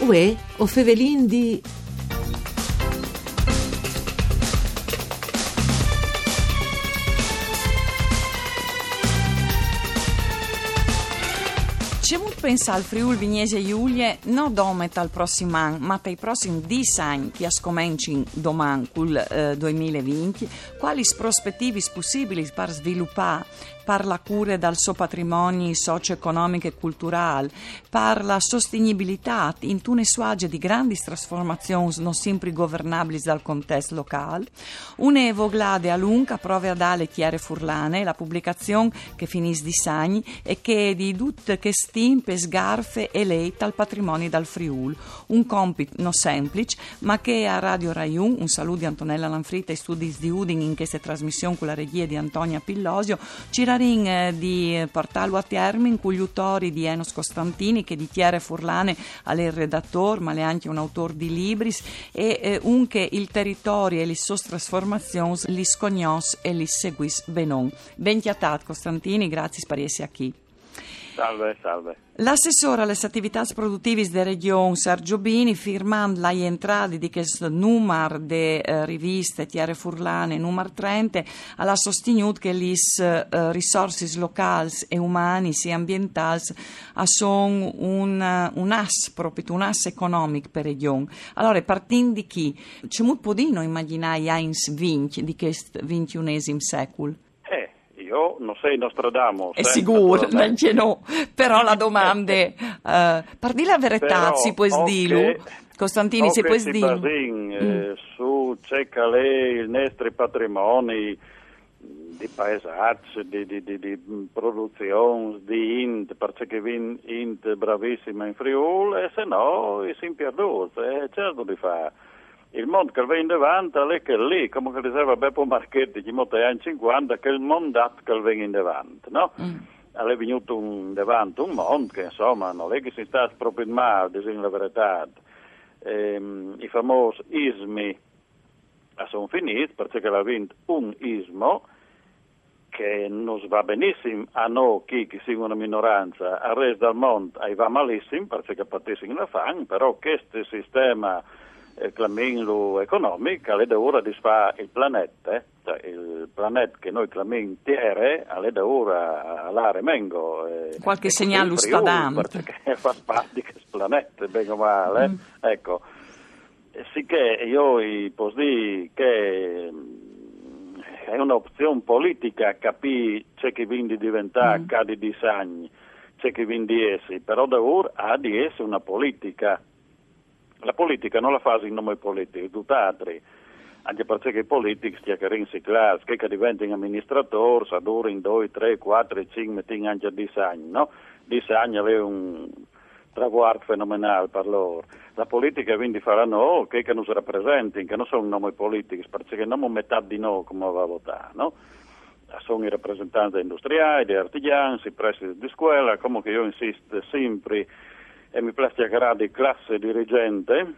Uè, o Fevelin di... C'è molto pensa al Friuli Vignese Giulie, non domet al prossimo anno, ma per i prossimi 10 anni che scominciano domani, col 2020, quali prospettive possibili per sviluppare per la cura del suo patrimonio socio-economico e culturale, per la sostenibilità in una suage di grandi trasformazioni non sempre governabili dal contesto locale. Un'evo glade a lunga prove a dare chiare furlane, la pubblicazione che finisce di sagni e che è di tutte che stimpe, sgarfe e leita al patrimonio dal Friuli. Un compito non semplice, ma che a Radio Rai 1, un saluto di Antonella Lanfrita e studi di Udin in questa trasmissione con la regia di Antonia Pillosio, ci di portarlo a termine con gli autori di Enos Costantini che di chiare furlane alle redattore ma è anche un autore di libri e unche il territorio e le sue trasformazioni li scognos e li seguis benon. Ben chiatat Costantini, grazie per essere qui. Salve, salve. L'assessore alle attività produttive della regione Sergio Bini, firmando la entrata di questo numero di riviste Tiere Furlane, numero 30, ha sostenuto che le risorse locali e umane e ambientali sono un asse, proprio un asse economico per la regione. Allora, partendo di chi? C'è molto podino immaginare Heinz Vinci di questo XXI secolo? Io non sei Nostradamus. È sicuro, neanche no. Però la domanda è, per dire la verità, si può dire, Costantini, si può dire? Su cerca lei il nostro patrimonio di paesaggi, di produzioni, di int, perché vin int bravissima in Friuli, e se no si perduto, certo di fare. Il mondo che viene davanti è che lì, come diceva Beppo Marchetti, che molti anni 50, che il mondo che viene davanti, no? È venuto davanti un mondo che insomma non è che si sta proprio male, diciamo la verità. I famosi ismi sono finiti perché l'ha vinto un ismo che non va benissimo a noi che siamo una minoranza, al resto del mondo va malissimo perché patissimo la fan, però questo sistema claminlo economico è ora di fare il pianeta, cioè il pianeta che noi clamiamo Terra è ora all'area Mengo. Qualche segnale lo sta dando. Perché fa parte di questo pianeta, bene o male. Ecco, sicché io posso dire che è un'opzione politica capire c'è che viene di diventare cadi di sagni, c'è che viene di essere, però da ora ha di essere una politica. La politica non la fa in nome politico, tutt'altri, anche perché i politici stiano riciclare, che diventano amministratori, sa dura in 2, 3, 4, 5, anche 10 anni, no? 10 anni è un traguardo fenomenale per loro. La politica quindi farà no, che non si rappresentano, che non sono nomi politici, perché non metà di no come va a votare, no? Sono i rappresentanti industriali, degli artigiani, i presidi di scuola, come che io insisto sempre. E mi piace di classe dirigente,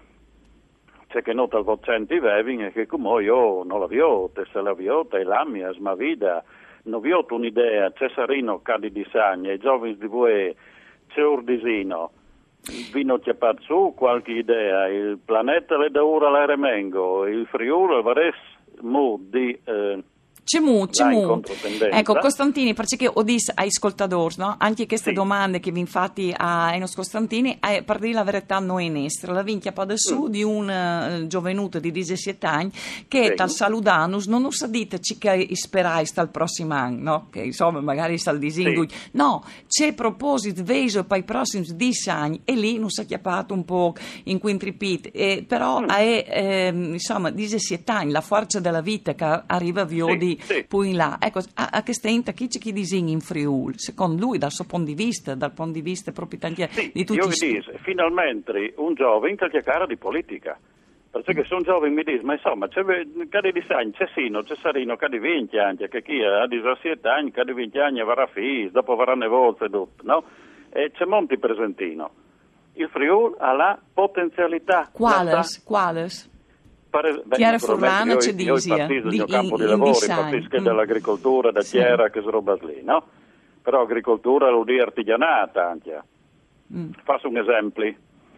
c'è che nota il vocente veving e che come io non la viota, se la viota è la mia, ma vita, non viota un'idea, Cesarino cadi di sagna, i giovani di voi c'è Urdisino, vino chiappato su qualche idea, il pianeta le da ora la Remengo, il Friuli vares mu di... C'è mu. Ecco, Costantini, perché ho detto ai ascoltatori, no? Anche queste domande che vi fatti a Enos Costantini, per dire la verità noi in estero, la vinchia da su di un giovenuto di 17 anni che tal saludanus non us dite che sperai dal prossimo anno, no? Che insomma magari sta il disegno. No, c'è proposito veso per i prossimi 10 anni e lì non si è chiappato un po' in quintripit, però è insomma 17 anni, la forza della vita che arriva via di poi in là, ecco, a che stenta chi disegna in Friuli, secondo lui, dal suo punto di vista, proprio di tutti io vi dico, finalmente un giovane che chiacchiera di politica, perché se un giovane mi dice, ma insomma, c'è cade di sagni, c'è Sino, c'è Sarino, cade 20 anni, che chi ha 17 anni, cade 20 anni varrà fis, dopo varrà nevoze e tutto, no? E c'è Monti presentino. Il Friuli ha la potenzialità. Quales? Tiere Furlane c'è di io il mio campo di lavoro, partisco dall'agricoltura, da Chiera, che roba lì, no? Però agricoltura lo di artigianata anche. Faccio un esempio.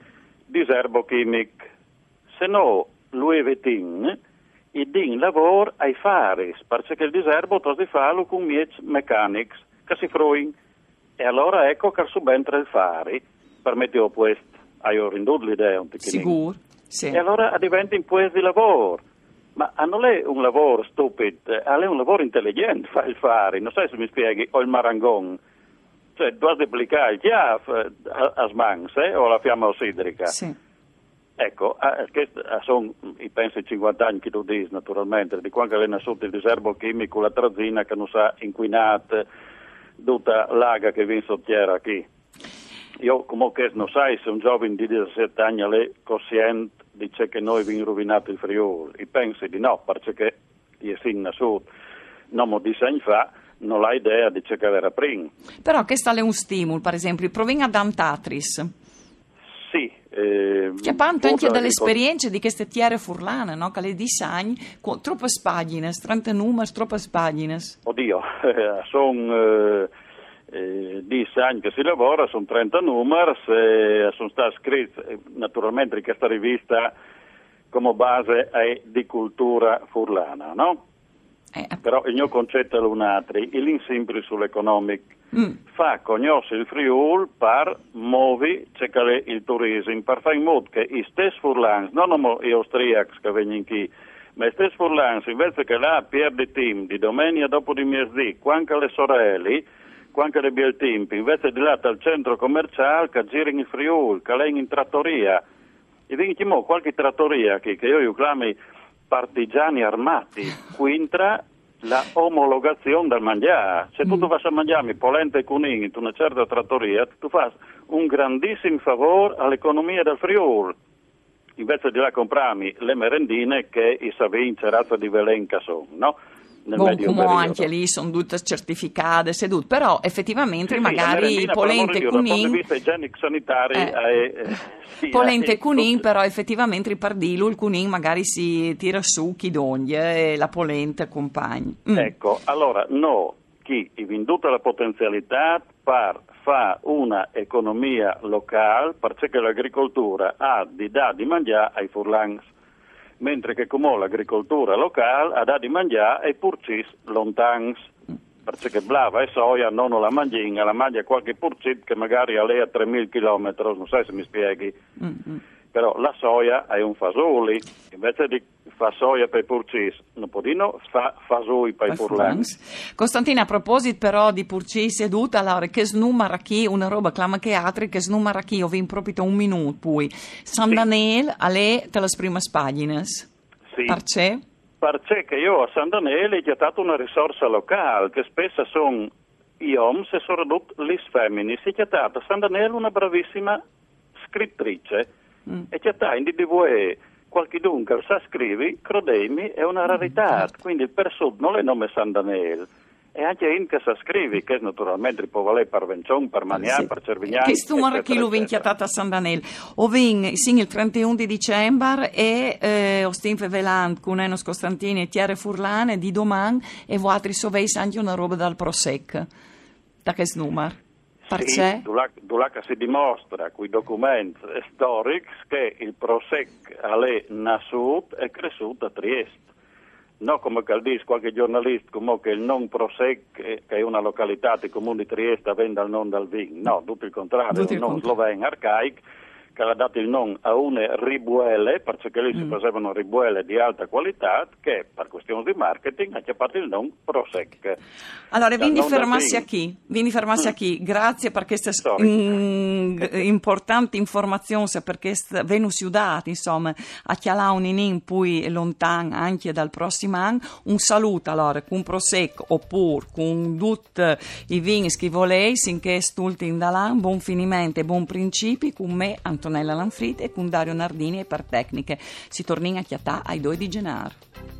diserbo chimico. Se no, lui vetin, i din lavoro ai faris, perché il diserbo si fa con miei meccanici che si fruin. E allora ecco che subentra il fari, permetteo questo, hai rinduto l'idea un pochino. Sicuro, sì. E allora diventa in questo di lavoro. Ma non è un lavoro stupido, è un lavoro intelligente, fa il fari, non sai se mi spieghi, o il marangon. Cioè, tu devi applicare il chiaf a smans, o la fiamma ossidrica. Sì. Ecco, sono, penso, i 50 anni che tu dici, naturalmente, di quando è nato il diserbo chimico, la trazina che non sa inquinata, tutta l'aga che viene sottiera qui. Io comunque non sai se un giovane di 17 anni è cosciente, dice che noi abbiamo rovinato il Friuli. Io penso di no, perché io sono nato, non 10 anni fa, non ha idea di ciò che era prima. Però che sta un stimolo, per esempio, proviamo ad Antatris. Sì. Che appunto anche dalle esperienze di queste tiere furlane, no? Che le disegni con troppe pagine, 30 numeri, troppe pagine. Oddio, sono 10 anni che si lavora, sono 30 numeri, sono stati scritti naturalmente in questa rivista come base è di cultura furlana, no? Però il mio concetto è un altro, l'insimpli sull'economico. Fa conoscere il Friuli per muovere il turismo, per fare in modo che i stessi furlani, non gli austriaci che vengono qui, ma i stessi furlani, invece che là perde team di domenica dopo di mezzì, quanto le sorelle, quanto le bel team, invece di là dal centro commerciale che girano il Friuli, che lei in trattoria, e vengono qualche trattoria che io chiamo partigiani armati, qui entra la omologazione del mangiare. Se tu vai a mangiare polenta e cunin in una certa trattoria, tu fai un grandissimo favore all'economia del Friuli. Invece di là comprarmi le merendine che i savini razza di Velenca sono, no? Come anche lì sono tutte certificate, sedute, però effettivamente sì, magari polente e cunin, dal punto di vista igienico sanitario polente e cunin, però effettivamente per dirlo il cunin magari si tira su chi d'oglie e la polenta compagni. Ecco, allora no, chi ha venduto la potenzialità per fare una economia locale, perché l'agricoltura ha di dare di mangiare ai furlans, mentre che come l'agricoltura locale ha dato di mangiare ai purcis lontans, perché blava e soia non la mangiano, la mangia qualche purcit che magari è a 3.000 km, non so se mi spieghi, però la soia è un fasoli, invece di fa soia per i purcis, non può dire no, fa fasoi per i furlans. Costantina, a proposito però di purcis seduta, allora, che snumera qui, una roba clama che altri, che snumera qui, ho vi impropito un minuto, poi, San Daniel, alle te le prime pagine. Sì. Perché? Perché io a San Daniele ho chiamato una risorsa locale, che spesso sono gli uomini e soprattutto le femmine. Si è chiamata a San Daniele una bravissima scrittrice, e chiamata in DVE. Qualche dunque sa scrivi, credemi, è una rarità, quindi per sud non è nome San Daniele, e anche in che sa scrivi, che naturalmente può valere per Vencion, per Manià, per Cervignano. Che stumora chi lo vinchiatata a San Daniele. O vin, sin il 31 di dicembre e Ostin Fevelant, con Enos Costantini e Tiere Furlane di domani e vuotri soveis anche una roba dal Prosec. Da che snumar? Sì, dove si dimostra con i documenti storici che il Prosec è nasciuto e cresciuto a Trieste. Non come dice qualche giornalista, come che il non Prosec, che è una località del comune di Trieste, vende al non dal vin. No, tutto il contrario, è un non sloveno arcaico che ha dato il nome a une ribuele, perché lì si facevano ribuele di alta qualità, che per questioni di marketing ha chiamato il nome Prosec. Allora, quindi fermarsi a chi? Grazie per queste importanti informazioni, perché Venus Iudat, insomma, a chialà un inin poi lontano anche dal prossimo anno. Un saluto allora, con Prosec oppure con tutti i vini che volei, sinché st'ultimo dalan, buon finimento e buon principi, con me, Antonella Lanfrit e con Dario Nardini e per tecniche. Si torna a chiatà ai 2 di gennaio.